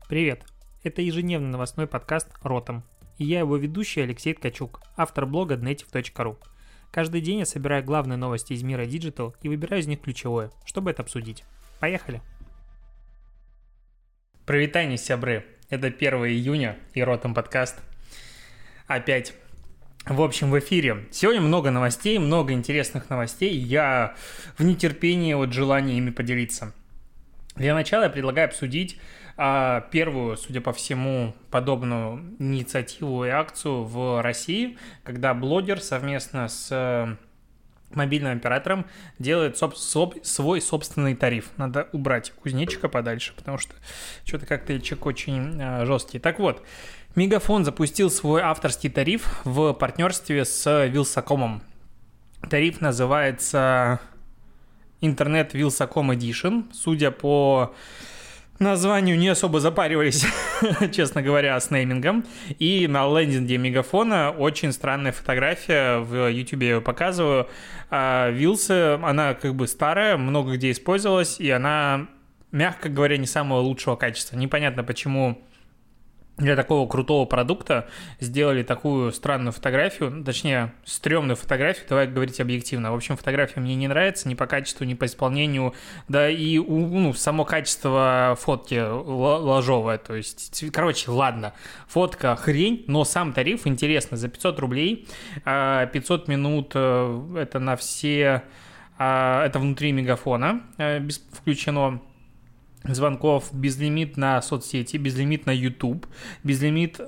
Привет! Это ежедневный новостной подкаст «Ротом». И я его ведущий Алексей Ткачук, автор блога dnetiv.ru. Каждый день я собираю главные новости из мира Digital и выбираю из них ключевое, чтобы это обсудить. Поехали! Привитание, сябры! Это 1 июня и «Ротом» подкаст. Опять. В общем, в эфире. Сегодня много новостей, много интересных новостей. Я в нетерпении от желания ими поделиться. Для начала я предлагаю обсудить первую, судя по всему, подобную инициативу и акцию в России, когда блогер совместно с мобильным оператором делает свой собственный тариф. Надо убрать кузнечика подальше, потому что что-то коктейльчик очень жесткий. Так вот, Мегафон запустил свой авторский тариф в партнерстве с Вилсакомом. Тариф называется Internet Wylsacom Edition. Судя по названию, не особо запаривались, честно говоря, с неймингом. И на лендинге Мегафона очень странная фотография, в YouTube я ее показываю. Вилсы, она как бы старая, много где использовалась, и она, мягко говоря, не самого лучшего качества. Непонятно, почему для такого крутого продукта сделали такую странную фотографию, точнее, стрёмную фотографию, давай говорить объективно. В общем, фотография мне не нравится ни по качеству, ни по исполнению, да и само качество фотки ложовое, то есть, короче, ладно, фотка хрень, но сам тариф интересно, за 500 рублей, 500 минут это на все, это внутри Мегафона включено, звонков, безлимит на соцсети, безлимит на YouTube, безлимит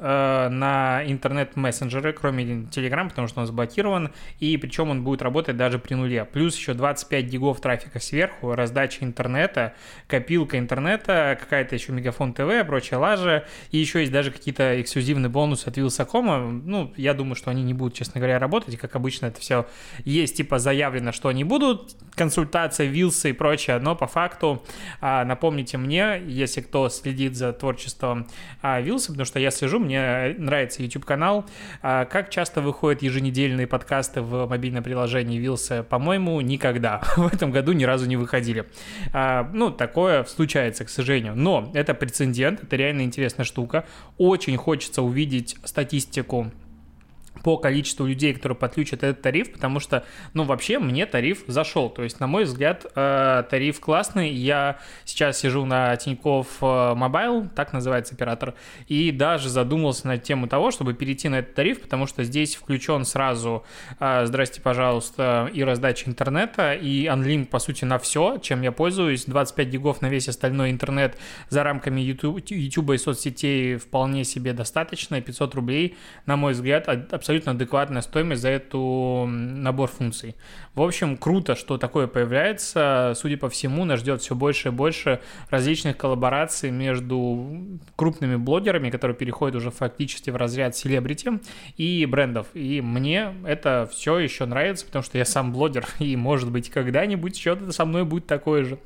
на интернет-мессенджеры, кроме Telegram, потому что он заблокирован, и причем он будет работать даже при нуле. Плюс еще 25 гигов трафика сверху, раздача интернета, копилка интернета, какая-то еще Мегафон ТВ, прочая лажа, и еще есть даже какие-то эксклюзивные бонусы от Вилсакома. Я думаю, что они не будут, честно говоря, работать, и как обычно это все есть, типа заявлено, что они будут, консультация, вилсы и прочее, но по факту, напомните мне, если кто следит за творчеством Вилса, потому что я слежу, мне нравится YouTube-канал, как часто выходят еженедельные подкасты в мобильном приложении Вилса, по-моему, никогда. В этом году ни разу не выходили. Такое случается, к сожалению. Но это прецедент, это реально интересная штука. Очень хочется увидеть статистику по количеству людей, которые подключат этот тариф, потому что, вообще мне тариф зашел. То есть, на мой взгляд, тариф классный. Я сейчас сижу на Тинькофф Мобайл, так называется оператор, и даже задумался на тему того, чтобы перейти на этот тариф, потому что здесь включен сразу, здрасте, пожалуйста, и раздача интернета, и Unlim, по сути, на все, чем я пользуюсь. 25 гигов на весь остальной интернет за рамками YouTube и соцсетей вполне себе достаточно. 500 рублей, на мой взгляд, абсолютно адекватная стоимость за эту набор функций. В общем, круто, что такое появляется. Судя по всему, нас ждет все больше и больше различных коллабораций между крупными блогерами, которые переходят уже фактически в разряд селебрити, и брендов. И мне это все еще нравится, потому что я сам блогер, и, может быть, когда-нибудь что-то со мной будет такое же.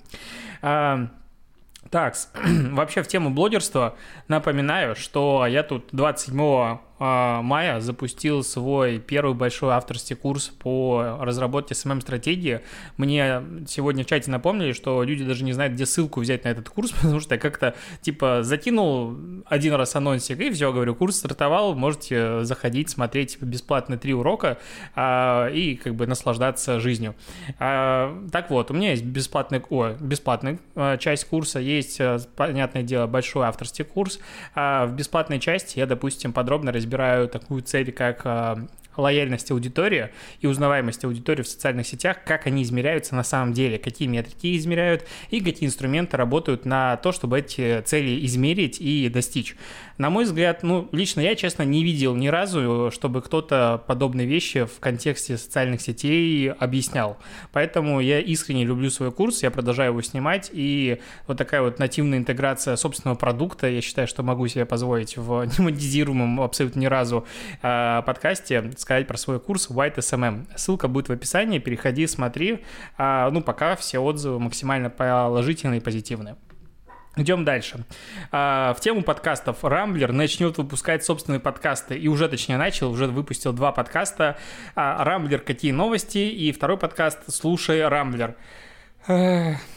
Так, вообще в тему блогерства напоминаю, что я тут 27 мая запустил свой первый большой авторский курс по разработке SMM-стратегии. Мне сегодня в чате напомнили, что люди даже не знают, где ссылку взять на этот курс, потому что я как-то закинул один раз анонсик, и все, говорю, курс стартовал, можете заходить, смотреть бесплатно 3 урока и наслаждаться жизнью. Так вот, у меня есть бесплатная часть курса, есть, понятное дело, большой авторский курс. В бесплатной части я, допустим, подробно разбираю такую цель, как лояльность аудитории и узнаваемость аудитории в социальных сетях, как они измеряются на самом деле, какие метрики измеряют и какие инструменты работают на то, чтобы эти цели измерить и достичь. На мой взгляд, лично я, честно, не видел ни разу, чтобы кто-то подобные вещи в контексте социальных сетей объяснял. Поэтому я искренне люблю свой курс, я продолжаю его снимать, и вот такая вот нативная интеграция собственного продукта, я считаю, что могу себе позволить в немонетизируемом абсолютно ни разу подкасте сказать про свой курс White SMM. Ссылка будет в описании, переходи, смотри. Пока все отзывы максимально положительные и позитивные. Идем дальше. В тему подкастов. Рамблер начнет выпускать собственные подкасты. И уже выпустил 2 подкаста. Рамблер «Какие новости?» и второй подкаст «Слушай, Рамблер».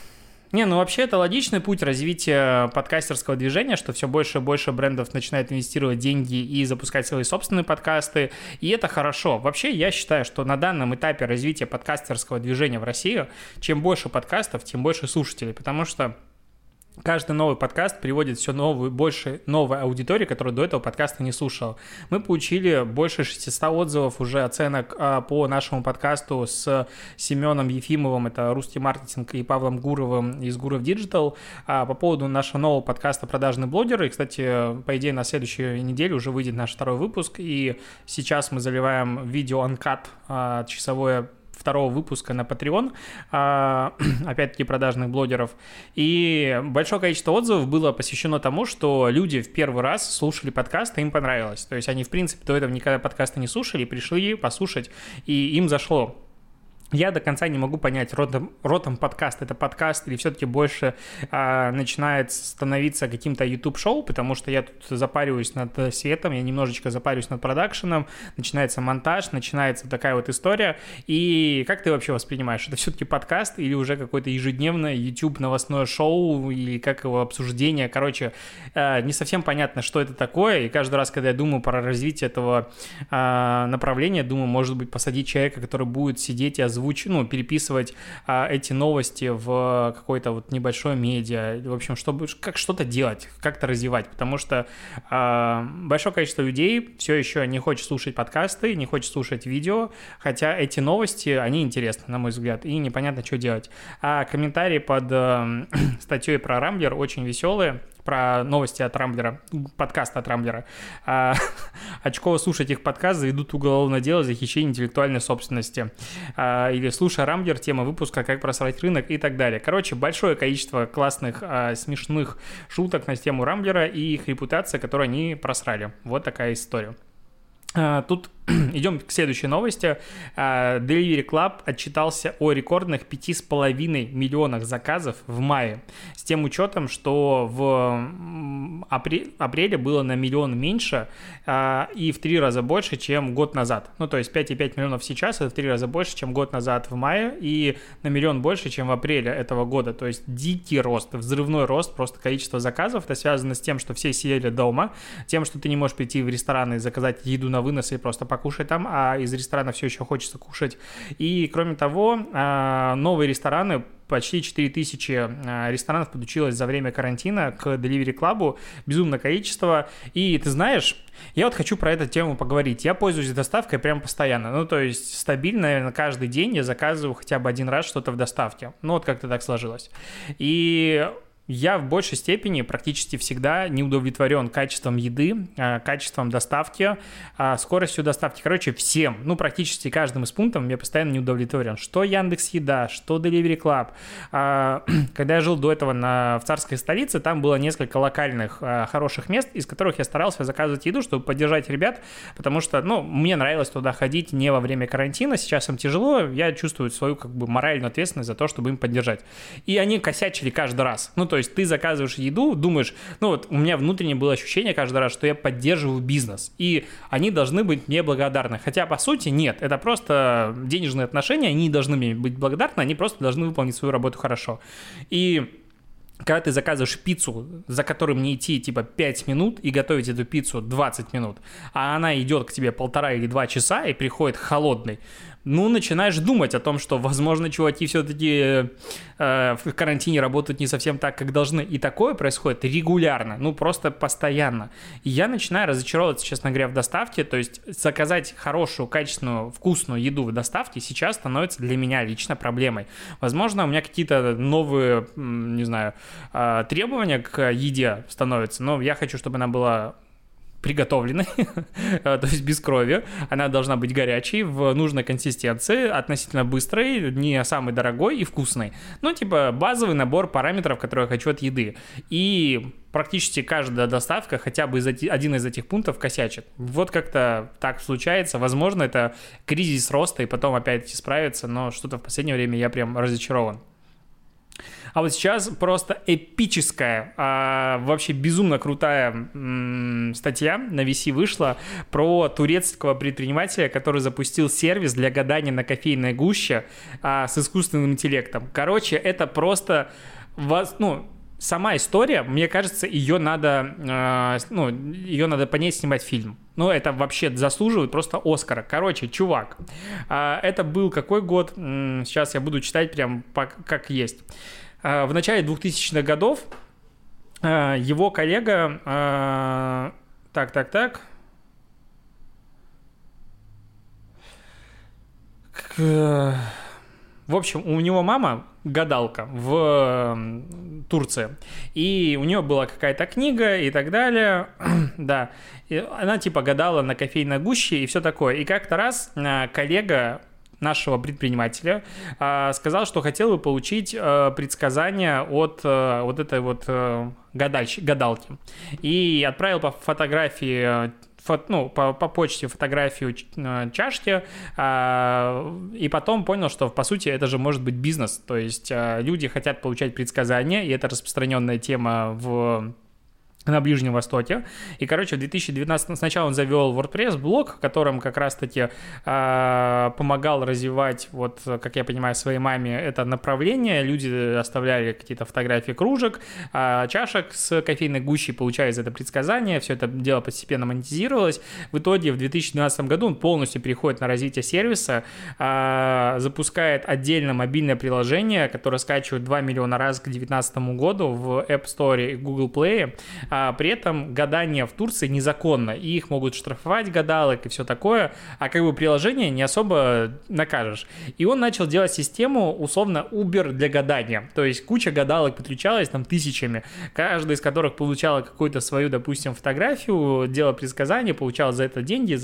Ну вообще это логичный путь развития подкастерского движения, что все больше и больше брендов начинает инвестировать деньги и запускать свои собственные подкасты, и это хорошо. Вообще я считаю, что на данном этапе развития подкастерского движения в России, чем больше подкастов, тем больше слушателей, потому что каждый новый подкаст приводит все больше новой аудитории, которая до этого подкаста не слушала. Мы получили больше 600 отзывов уже, оценок по нашему подкасту с Семеном Ефимовым, это Русский маркетинг, и Павлом Гуровым из Гуров Digital по поводу нашего нового подкаста «Продажные блогеры». И, кстати, по идее, на следующей неделе уже выйдет наш второй выпуск, и сейчас мы заливаем видео Uncut, часовое второго выпуска на Patreon, опять-таки продажных блогеров, и большое количество отзывов было посвящено тому, что люди в первый раз слушали подкаст, и им понравилось, то есть они, в принципе, до этого никогда подкаста не слушали, пришли послушать, и им зашло. Я до конца не могу понять, ротом подкаст — это подкаст или все-таки больше начинает становиться каким-то YouTube-шоу, потому что я тут запариваюсь над светом, я немножечко запариваюсь над продакшеном, начинается монтаж, начинается такая вот история. И как ты вообще воспринимаешь? Это все-таки подкаст или уже какое-то ежедневное YouTube новостное шоу или как его обсуждение? Короче, не совсем понятно, что это такое, и каждый раз, когда я думаю про развитие этого направления, думаю, может быть, посадить человека, который будет сидеть и переписывать эти новости в какой-то вот небольшой медиа, в общем, чтобы как что-то делать, как-то развивать, потому что большое количество людей все еще не хочет слушать подкасты, не хочет слушать видео, хотя эти новости, они интересны, на мой взгляд, и непонятно, что делать. А комментарии под статьей про Рамблер очень веселые, про новости от Рамблера, подкаст от Рамблера. Очково слушать их подкаст заведут уголовное дело за хищение интеллектуальной собственности. Или слушай Рамблер, тема выпуска «Как просрать рынок» и так далее. Короче, большое количество классных, смешных шуток на тему Рамблера и их репутация, которую они просрали. Вот такая история. Тут идем к следующей новости. Delivery Club отчитался о рекордных 5,5 миллионах заказов в мае, с тем учетом, что в апреле было на миллион меньше и в 3 раза больше, чем год назад. Ну, то есть 5,5 миллионов сейчас, это в 3 раза больше, чем год назад в мае, и на миллион больше, чем в апреле этого года. То есть дикий рост, взрывной рост, просто количество заказов. Это связано с тем, что все сидели дома, тем, что ты не можешь прийти в рестораны и заказать еду на вынос и просто покушать там, а из ресторана все еще хочется кушать. И, кроме того, новые рестораны, почти 4000 ресторанов подключилось за время карантина к Delivery Club, безумное количество. И ты знаешь, я вот хочу про эту тему поговорить. Я пользуюсь доставкой прям постоянно. Ну, то есть стабильно, наверное, каждый день я заказываю хотя бы один раз что-то в доставке. Ну, вот как-то так сложилось. И я в большей степени практически всегда не удовлетворен качеством еды, качеством доставки, скоростью доставки. Короче, всем, практически каждым из пунктов я постоянно не удовлетворен. Что Яндекс.Еда, что Delivery Club. Когда я жил до этого в царской столице, там было несколько локальных хороших мест, из которых я старался заказывать еду, чтобы поддержать ребят, потому что, мне нравилось туда ходить не во время карантина, сейчас им тяжело, я чувствую свою моральную ответственность за то, чтобы им поддержать. И они косячили каждый раз. То есть ты заказываешь еду, думаешь, у меня внутреннее было ощущение каждый раз, что я поддерживаю бизнес, и они должны быть мне благодарны. Хотя, по сути, нет, это просто денежные отношения, они не должны мне быть благодарны, они просто должны выполнить свою работу хорошо. И когда ты заказываешь пиццу, за которой мне идти 5 минут и готовить эту пиццу 20 минут, а она идет к тебе 1,5 или 2 часа и приходит холодной, начинаешь думать о том, что, возможно, чуваки все-таки в карантине работают не совсем так, как должны. И такое происходит регулярно, просто постоянно. И я начинаю разочаровываться, честно говоря, в доставке. То есть заказать хорошую, качественную, вкусную еду в доставке сейчас становится для меня лично проблемой. Возможно, у меня какие-то новые, требования к еде становятся, но я хочу, чтобы она была приготовленной, то есть без крови. Она должна быть горячей, в нужной консистенции, относительно быстрой, не самой дорогой и вкусной. Базовый набор параметров, которые я хочу от еды. И практически каждая доставка хотя бы один из этих пунктов косячит. Вот как-то так случается. Возможно, это кризис роста, и потом опять справится, но что-то в последнее время я прям разочарован. А вот сейчас просто эпическая, вообще безумно крутая статья на VC вышла про турецкого предпринимателя, который запустил сервис для гадания на кофейной гуще с искусственным интеллектом. Короче, это просто сама история, мне кажется, ее надо по ней снимать фильм. Это вообще заслуживает просто Оскара. Короче, чувак, это был какой год? Сейчас я буду читать прям как есть. В начале 2000-х годов его коллега... В общем, у него мама гадалка в Турции, и у нее была какая-то книга и так далее, да, и она типа гадала на кофейной гуще и все такое, и как-то раз коллега нашего предпринимателя сказал, что хотел бы получить предсказания от вот этой вот гадалки, и отправил по фотографии по почте фотографию чашки, и потом понял, что, по сути, это же может быть бизнес. То есть люди хотят получать предсказания, и это распространенная тема на Ближнем Востоке. И, короче, в 2019 сначала он завел WordPress-блог, в котором как раз-таки помогал развивать, вот, как я понимаю, своей маме это направление. Люди оставляли какие-то фотографии кружек, чашек с кофейной гущей, получая за это предсказания. Все это дело постепенно монетизировалось. В итоге в 2012 году он полностью переходит на развитие сервиса, запускает отдельно мобильное приложение, которое скачивает 2 миллиона раз к 2019 году в App Store и Google Play. При этом гадание в Турции незаконно, и их могут штрафовать гадалок и все такое, а как бы приложение не особо накажешь. И он начал делать систему, условно, Uber для гадания. То есть куча гадалок подключалась там тысячами, каждая из которых получала какую-то свою, допустим, фотографию, делала предсказание, получала за это деньги,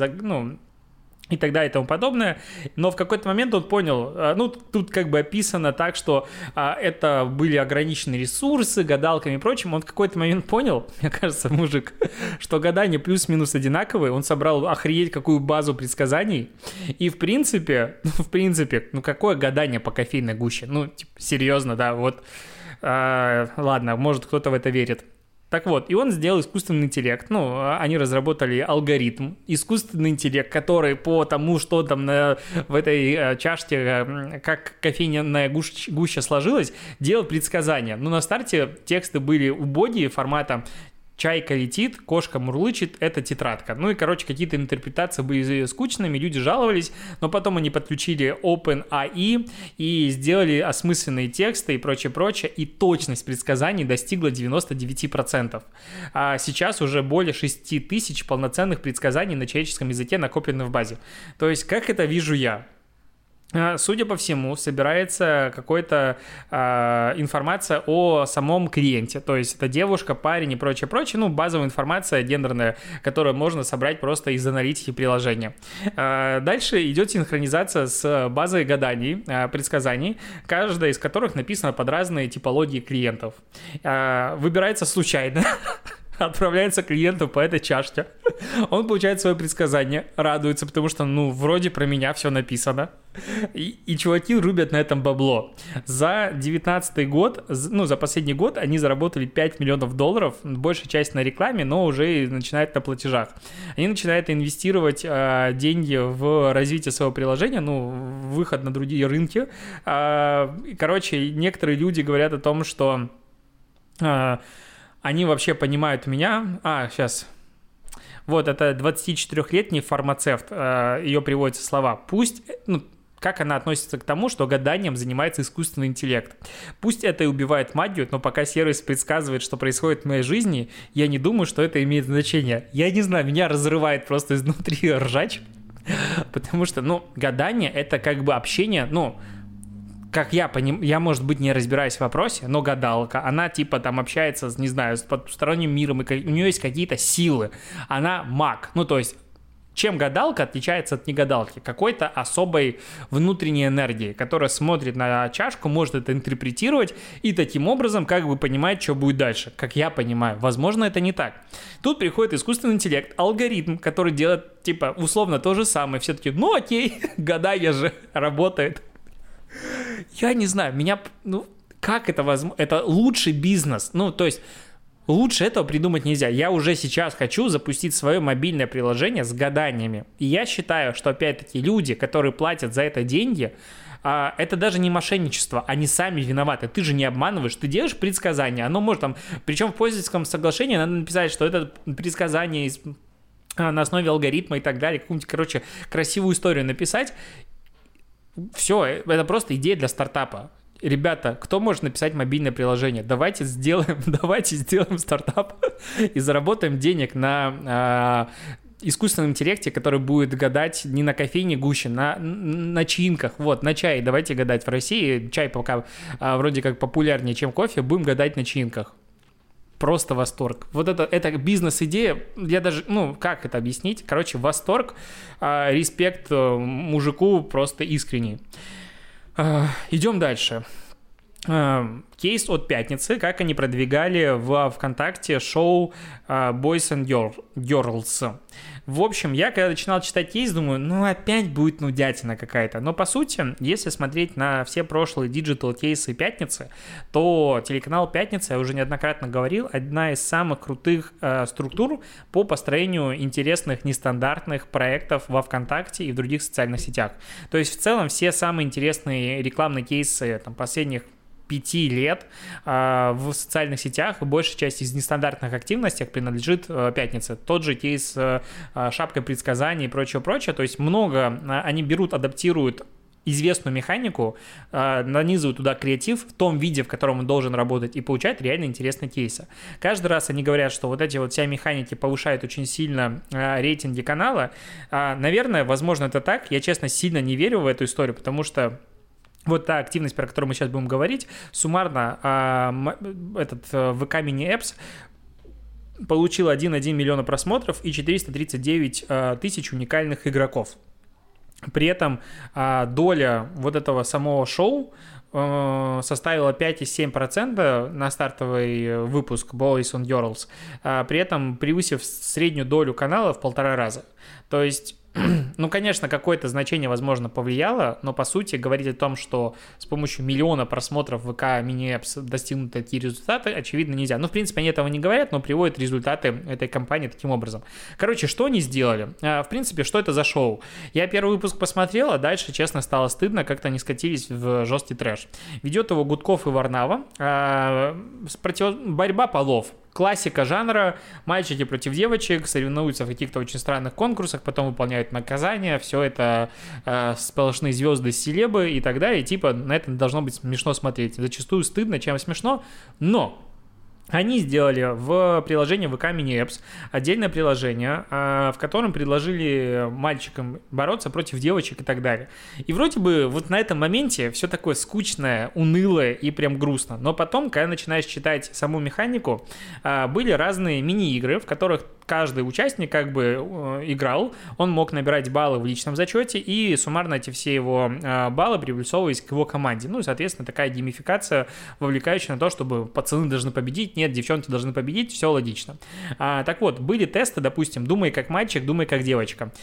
и так далее и тому подобное. Но в какой-то момент он понял, тут как бы описано так, что это были ограниченные ресурсы, гадалками и прочим. Он в какой-то момент понял, мне кажется, мужик, что гадания плюс-минус одинаковые. Он собрал охренеть какую базу предсказаний. И в принципе, какое гадание по кофейной гуще? Серьезно, да, вот. Ладно, может, кто-то в это верит. Так вот, и он сделал искусственный интеллект. Они разработали алгоритм, искусственный интеллект, который по тому, что там в этой чашке, как кофейная гуща сложилась, делал предсказания. На старте тексты были убогие, формата «чайка летит, кошка мурлычет, это тетрадка». Какие-то интерпретации были скучными, люди жаловались, но потом они подключили OpenAI и сделали осмысленные тексты и прочее, и точность предсказаний достигла 99%. А сейчас уже более 6 тысяч полноценных предсказаний на человеческом языке накоплены в базе. То есть, как это вижу я? Судя по всему, собирается какая-то информация о самом клиенте. То есть это девушка, парень и прочее. Базовая информация гендерная, которую можно собрать просто из аналитики приложения. Дальше идет синхронизация с базой гаданий, предсказаний, каждая из которых написана под разные типологии клиентов. Выбирается случайно. Отправляется клиенту по этой чашке. Он получает свое предсказание, радуется, потому что, вроде про меня все написано. И чуваки рубят на этом бабло. За 2019 год, за последний год они заработали $5 миллионов, большая часть на рекламе, но уже начинает на платежах. Они начинают инвестировать деньги в развитие своего приложения, в выход на другие рынки. Некоторые люди говорят о том, что они вообще понимают меня. Сейчас. Вот, это 24-летний фармацевт. Ее приводятся слова. Пусть... как она относится к тому, что гаданием занимается искусственный интеллект. Пусть это и убивает магию, но пока сервис предсказывает, что происходит в моей жизни, я не думаю, что это имеет значение. Я не знаю, меня разрывает просто изнутри ржач. Потому что, гадание — это как бы общение, как я понимаю, я, может быть, не разбираюсь в вопросе, но гадалка, она типа там общается, не знаю, с потусторонним миром, и у нее есть какие-то силы, она маг, то есть чем гадалка отличается от негадалки? Какой-то особой внутренней энергии, которая смотрит на чашку, может это интерпретировать и таким образом как бы понимает, что будет дальше. Как я понимаю, возможно, это не так. Тут приходит искусственный интеллект, алгоритм, который делает типа условно то же самое. Все таки окей, гадание же работает. Я не знаю, как это возможно? Это лучший бизнес. То есть лучше этого придумать нельзя. Я уже сейчас хочу запустить свое мобильное приложение с гаданиями. И я считаю, что опять-таки люди, которые платят за это деньги, это даже не мошенничество, они сами виноваты. Ты же не обманываешь, ты делаешь предсказание, оно может там, причем в пользовательском соглашении надо написать, что это предсказание на основе алгоритма и так далее, какую-нибудь, короче, красивую историю написать. Все, это просто идея для стартапа. Ребята, кто может написать мобильное приложение? Давайте сделаем стартап и заработаем денег на искусственном интеллекте, который будет гадать не на кофейне гуще, на начинках, вот, на чае. Давайте гадать в России. Чай пока вроде как популярнее, чем кофе. Будем гадать на начинках. Просто восторг. Вот это бизнес-идея, я даже, как это объяснить? Короче, восторг, респект мужику просто искренний. Идем дальше. Кейс от пятницы, как они продвигали в ВКонтакте шоу Boys and Girls. В общем, я когда начинал читать кейс, думаю, опять будет нудятина какая-то. Но по сути, если смотреть на все прошлые диджитал-кейсы пятницы, то телеканал «Пятница», я уже неоднократно говорил, одна из самых крутых структур по построению интересных, нестандартных проектов во ВКонтакте и в других социальных сетях. То есть в целом все самые интересные рекламные кейсы последних 5 лет в социальных сетях, большая часть из нестандартных активностей принадлежит «Пятнице». Тот же кейс с шапкой предсказаний и прочее. То есть много они берут, адаптируют известную механику, нанизывают туда креатив в том виде, в котором он должен работать, и получают реально интересные кейсы. Каждый раз они говорят, что вот эти вот вся механики повышают очень сильно рейтинги канала. Наверное, возможно, это так. Я, честно, сильно не верю в эту историю, потому что вот та активность, про которую мы сейчас будем говорить, суммарно этот ВК Mini Apps получил 1,1 миллиона просмотров и 439 тысяч уникальных игроков. При этом доля вот этого самого шоу составила 5,7% на стартовый выпуск Boys and Girls, при этом превысив среднюю долю канала в 1,5 раза. То есть, конечно, какое-то значение, возможно, повлияло, но, по сути, говорить о том, что с помощью миллиона просмотров ВК Mini Apps достигнут такие результаты, очевидно, нельзя. В принципе, они этого не говорят, но приводят результаты этой компании таким образом. Короче, что они сделали? В принципе, что это за шоу? Я первый выпуск посмотрел, а дальше, честно, стало стыдно, как-то они скатились в жесткий трэш. Ведет его Гудков и Варнава. Борьба полов. Классика жанра, мальчики против девочек, соревнуются в каких-то очень странных конкурсах, потом выполняют наказания, все это сплошные звезды, селебы и так далее, на это должно быть смешно смотреть. Зачастую стыдно, чем смешно, но они сделали в приложении ВК Mini Apps отдельное приложение, в котором предложили мальчикам бороться против девочек и так далее. И вроде бы вот на этом моменте все такое скучное, унылое и прям грустно. Но потом, когда начинаешь читать саму механику, были разные мини-игры, в которых каждый участник как бы играл, он мог набирать баллы в личном зачете, и суммарно эти все его баллы приплюсовывались к его команде. Соответственно, такая геймификация, вовлекающая на то, чтобы пацаны должны победить, нет, девчонки должны победить, все логично. Так вот, были тесты, допустим, думай как мальчик, думай как девочка.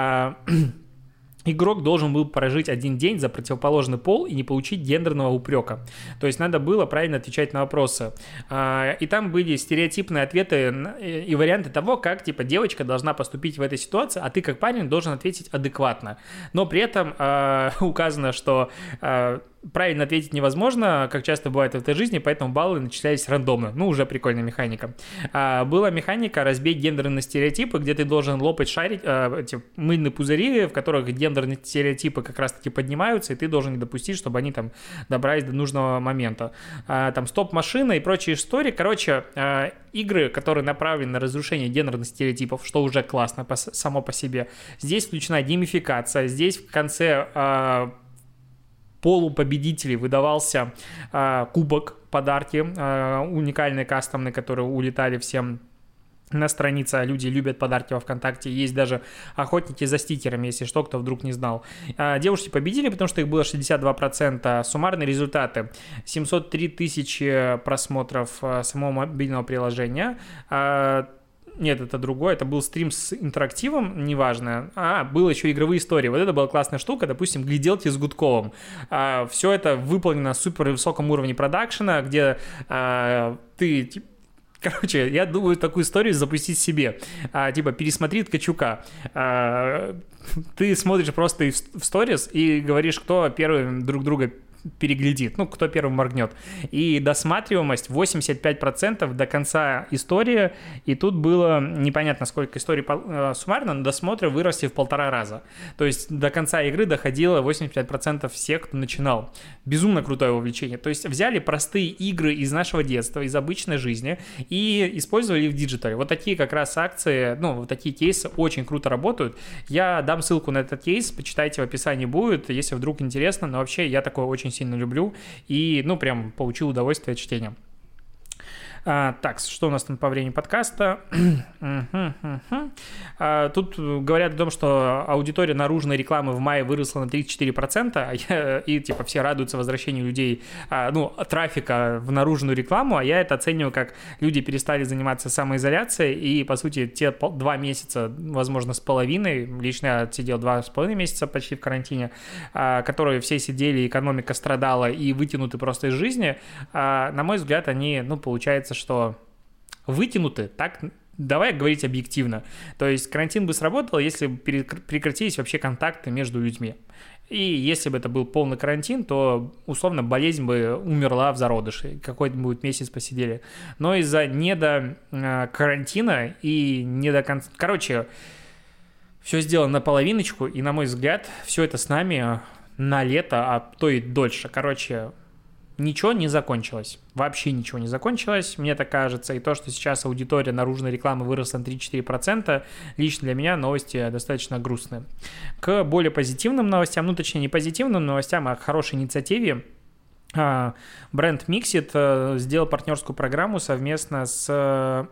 Игрок должен был прожить 1 день за противоположный пол и не получить гендерного упрека. То есть надо было правильно отвечать на вопросы. И там были стереотипные ответы и варианты того, как девочка должна поступить в этой ситуации, а ты как парень должен ответить адекватно. Но при этом указано, что правильно ответить невозможно, как часто бывает в этой жизни, поэтому баллы начислялись рандомно. Уже прикольная механика. Была механика разбить гендерные стереотипы, где ты должен лопать эти мыльные пузыри, в которых гендерные стереотипы как раз-таки поднимаются, и ты должен не допустить, чтобы они добрались до нужного момента. Стоп-машина и прочие истории. Короче, игры, которые направлены на разрушение гендерных стереотипов, что уже классно само по себе. Здесь включена геймификация, здесь в конце полупобедителей выдавался кубок, подарки, уникальные кастомные, которые улетали всем на странице. Люди любят подарки во ВКонтакте. Есть даже охотники за стикерами, если что, кто вдруг не знал. Девушки победили, потому что их было 62%. Суммарные результаты: 703 тысячи просмотров самого мобильного приложения. Нет, это другое, это был стрим с интерактивом, неважно. Было еще игровые истории. Вот это была классная штука, допустим, гляделки с Гудковым. Все это выполнено на супер высоком уровне продакшена, где ты Короче, я думаю, такую историю запустить себе. Типа, пересмотри Ткачука. Ты смотришь просто в сторис и говоришь, кто первый друг друга переглядит, ну, кто первым моргнет. И досматриваемость 85% до конца истории, и тут было непонятно, сколько историй суммарно, но досмотры выросли в 1,5 раза. То есть до конца игры доходило 85% всех, кто начинал. Безумно крутое увлечение. То есть взяли простые игры из нашего детства, из обычной жизни и использовали в диджитале. Вот такие как раз акции, ну, вот такие кейсы очень круто работают. Я дам ссылку на этот кейс, почитайте, в описании будет, если вдруг интересно, но вообще я такое очень сильно люблю и, ну, прям получил удовольствие от чтения. Так, что у нас там по времени подкаста? Тут говорят о том, что аудитория наружной рекламы в мае выросла на 34%, и типа все радуются возвращению людей, трафика в наружную рекламу, а я это оцениваю как люди перестали заниматься самоизоляцией, и, по сути, те 2 месяца, возможно, с половиной, лично я сидел 2,5 месяца почти в карантине, которые все сидели, экономика страдала и вытянуты просто из жизни, на мой взгляд, они, получается, что вытянуты, так, давай говорить объективно. То есть карантин бы сработал, если бы прекратились вообще контакты между людьми. И если бы это был полный карантин, то, условно, болезнь бы умерла в зародыше, какой-нибудь месяц посидели. Но из-за карантина и короче, все сделано наполовиночку, и, на мой взгляд, все это с нами на лето, а то и дольше. Короче, ничего не закончилось. Вообще ничего не закончилось, мне так кажется. И то, что сейчас аудитория наружной рекламы выросла на 3-4%, лично для меня новости достаточно грустные. К более позитивным новостям, точнее не позитивным новостям, а к хорошей инициативе. Бренд Mixit сделал партнерскую программу совместно с...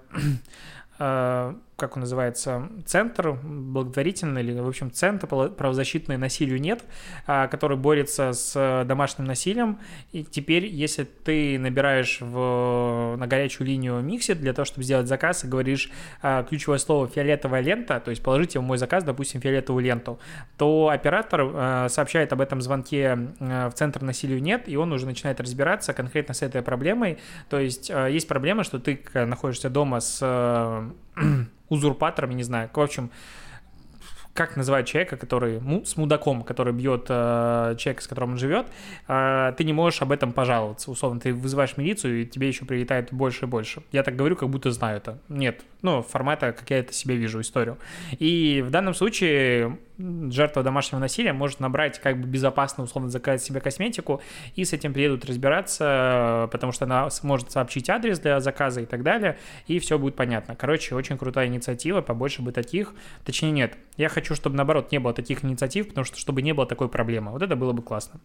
как он называется, центр благотворительный, или, в общем, центр правозащитный «Насилию нет», который борется с домашним насилием. И теперь, если ты набираешь на горячую линию Mixit для того, чтобы сделать заказ, и говоришь ключевое слово «фиолетовая лента», то есть положите в мой заказ, допустим, фиолетовую ленту, то оператор сообщает об этом звонке в центр «Насилию нет», и он уже начинает разбираться конкретно с этой проблемой. То есть есть проблема, что ты находишься дома с узурпатором, я не знаю, в общем, как называют человека, который с мудаком, который бьет человека, с которым он живет, ты не можешь об этом пожаловаться. Условно, ты вызываешь милицию, и тебе еще прилетает больше и больше. Я так говорю, как будто знаю это. Нет, формата, как я это себе вижу, историю. И в данном случае жертва домашнего насилия может набрать как бы безопасно, условно, заказать себе косметику, и с этим приедут разбираться, потому что она сможет сообщить адрес для заказа и так далее, и все будет понятно. Короче, очень крутая инициатива, побольше бы таких. Точнее, нет. Я хочу, чтобы, наоборот, не было таких инициатив, потому что, чтобы не было такой проблемы. Вот это было бы классно.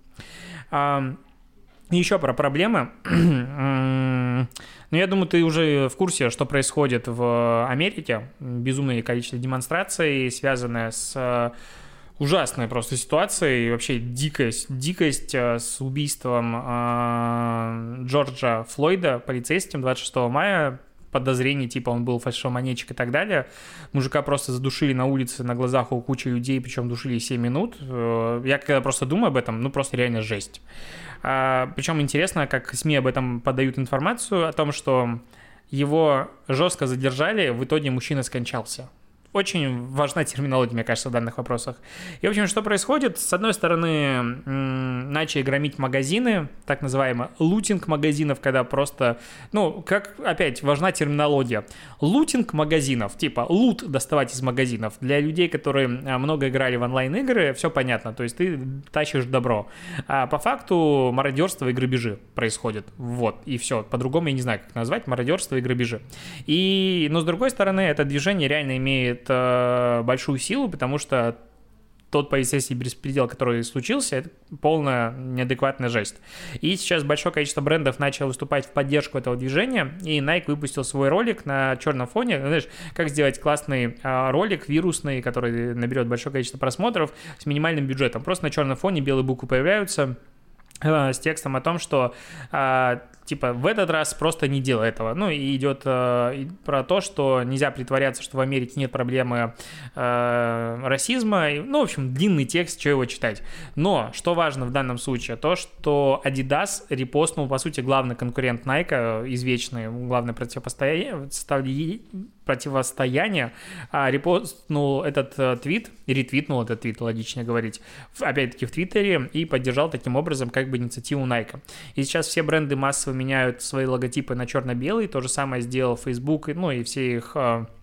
Еще про проблемы. Я думаю, ты уже в курсе, что происходит в Америке. Безумное количество демонстраций, связанное с ужасной просто ситуацией. Вообще дикость с убийством Джорджа Флойда полицейским 26 мая. Подозрений, типа он был фальшивомонетчик и так далее. Мужика просто задушили на улице на глазах у кучи людей, причем душили 7 минут. Я когда просто думаю об этом, просто реально жесть. Причем интересно, как СМИ об этом подают информацию, о том, что его жестко задержали, в итоге мужчина скончался. Очень важна терминология, мне кажется, в данных вопросах. И, в общем, что происходит? С одной стороны, начали громить магазины, так называемый лутинг магазинов, когда просто, опять, важна терминология. Лутинг магазинов, типа лут доставать из магазинов. Для людей, которые много играли в онлайн-игры, все понятно, то есть ты тащишь добро. А по факту мародерство и грабежи происходят. Вот, и все. По-другому я не знаю, как назвать, мародерство и грабежи. Но, с другой стороны, это движение реально имеет большую силу, потому что тот полицейский беспредел, который случился, это полная неадекватная жесть. И сейчас большое количество брендов начало выступать в поддержку этого движения, и Nike выпустил свой ролик на черном фоне. Знаешь, как сделать классный ролик вирусный, который наберет большое количество просмотров с минимальным бюджетом. Просто на черном фоне белые буквы появляются, с текстом о том, что типа в этот раз просто не делай этого. Ну и идет про то, что нельзя притворяться, что в Америке нет проблемы расизма. Ну, в общем, длинный текст, что его читать. Но что важно в данном случае, то, что Adidas репостнул, по сути, главный конкурент Nike, извечный, главное противостояние, репостнул этот твит, ретвитнул этот твит, логичнее говорить, опять-таки в Твиттере, и поддержал таким образом как бы инициативу Nike. И сейчас все бренды массово меняют свои логотипы на черно-белый, то же самое сделал Facebook, ну и все их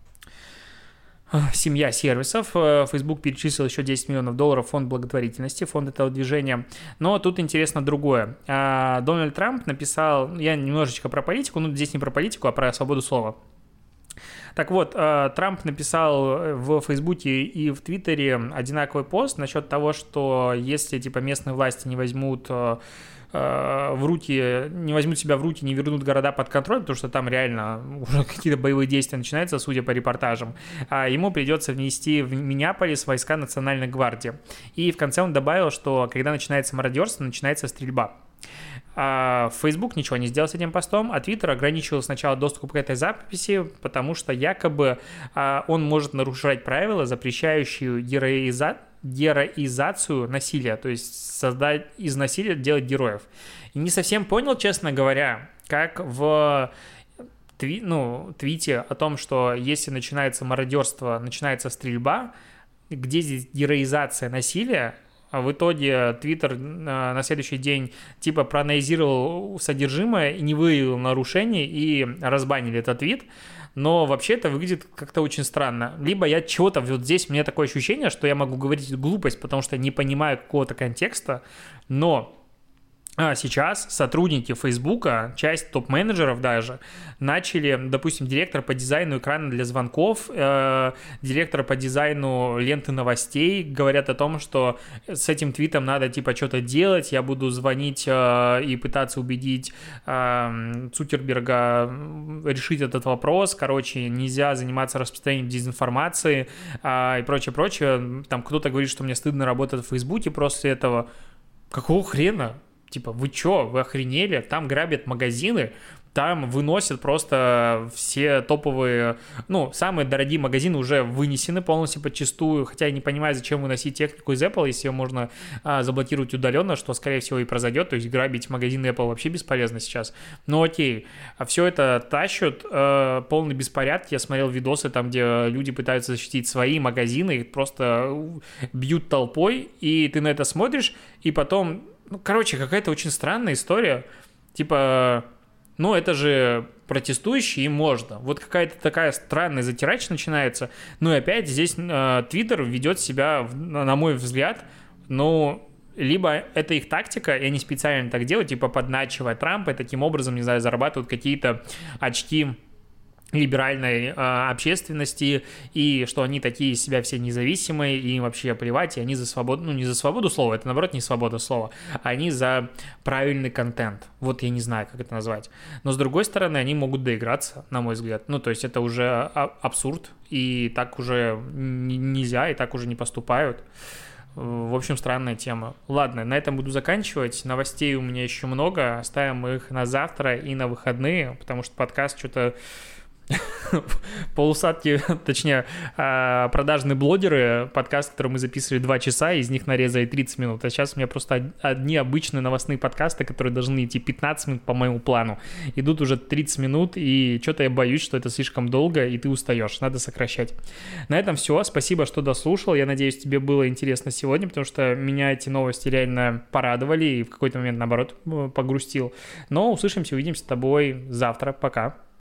семья сервисов. Facebook перечислил еще $10 миллионов в фонд благотворительности, фонд этого движения. Но тут интересно другое. Дональд Трамп написал, я немножечко про политику, но здесь не про политику, а про свободу слова. Так вот, Трамп написал в Фейсбуке и в Твиттере одинаковый пост насчет того, что если типа местные власти не возьмут себя в руки, не вернут города под контроль, потому что там реально уже какие-то боевые действия начинаются, судя по репортажам, ему придется внести в Миннеаполис войска Национальной гвардии. И в конце он добавил, что когда начинается мародерство, начинается стрельба. Facebook ничего не сделал с этим постом, а Twitter ограничил сначала доступ к этой записи, потому что якобы он может нарушать правила, запрещающие героизацию насилия, то есть создать из насилия делать героев. И не совсем понял, честно говоря, как в твите о том, что если начинается мародерство, начинается стрельба, где здесь героизация насилия. А в итоге Twitter на следующий день типа проанализировал содержимое, не выявил нарушений и разбанили этот твит. Но вообще это выглядит как-то очень странно. Либо я чего-то, вот здесь у меня такое ощущение, что я могу говорить глупость, потому что не понимаю какого-то контекста, но сейчас сотрудники Фейсбука, часть топ-менеджеров даже, начали, допустим, директор по дизайну экрана для звонков, директор по дизайну ленты новостей говорят о том, что с этим твитом надо типа что-то делать, я буду звонить и пытаться убедить Цукерберга решить этот вопрос, короче, нельзя заниматься распространением дезинформации и прочее. Там кто-то говорит, что мне стыдно работать в Фейсбуке после этого. Какого хрена? Типа, вы чё, вы охренели? Там грабят магазины, там выносят просто все топовые, самые дорогие магазины уже вынесены полностью подчистую, хотя я не понимаю, зачем выносить технику из Apple, если ее можно заблокировать удаленно, что, скорее всего, и произойдет, то есть грабить магазины Apple вообще бесполезно сейчас. Но окей, все это тащат, полный беспорядок, я смотрел видосы там, где люди пытаются защитить свои магазины, их просто бьют толпой, и ты на это смотришь, и потом, какая-то очень странная история, типа... это же протестующие, им можно. Вот какая-то такая странная затирач начинается. И опять здесь Twitter ведет себя, на мой взгляд, либо это их тактика, и они специально так делают, типа подначивая Трампа, и таким образом, не знаю, зарабатывают какие-то очки либеральной общественности, и что они такие из себя все независимые, и им вообще плевать, и они за свободу, не за свободу слова, это наоборот не свобода слова, они за правильный контент. Вот я не знаю, как это назвать. Но с другой стороны, они могут доиграться, на мой взгляд. То есть это уже абсурд, и так уже нельзя, и так уже не поступают. В общем, странная тема. Ладно, на этом буду заканчивать. Новостей у меня еще много. Оставим их на завтра и на выходные, потому что подкаст что-то... Полусадки, точнее, продажные блогеры, подкаст, который мы записывали 2 часа, из них нарезали 30 минут. А сейчас у меня просто одни обычные новостные подкасты, которые должны идти 15 минут по моему плану. Идут уже 30 минут, и что-то я боюсь, что это слишком долго, и ты устаешь. Надо сокращать. На этом все. Спасибо, что дослушал. Я надеюсь, тебе было интересно сегодня, потому что меня эти новости реально порадовали, и в какой-то момент, наоборот, погрустил. Но услышимся, увидимся с тобой завтра. Пока.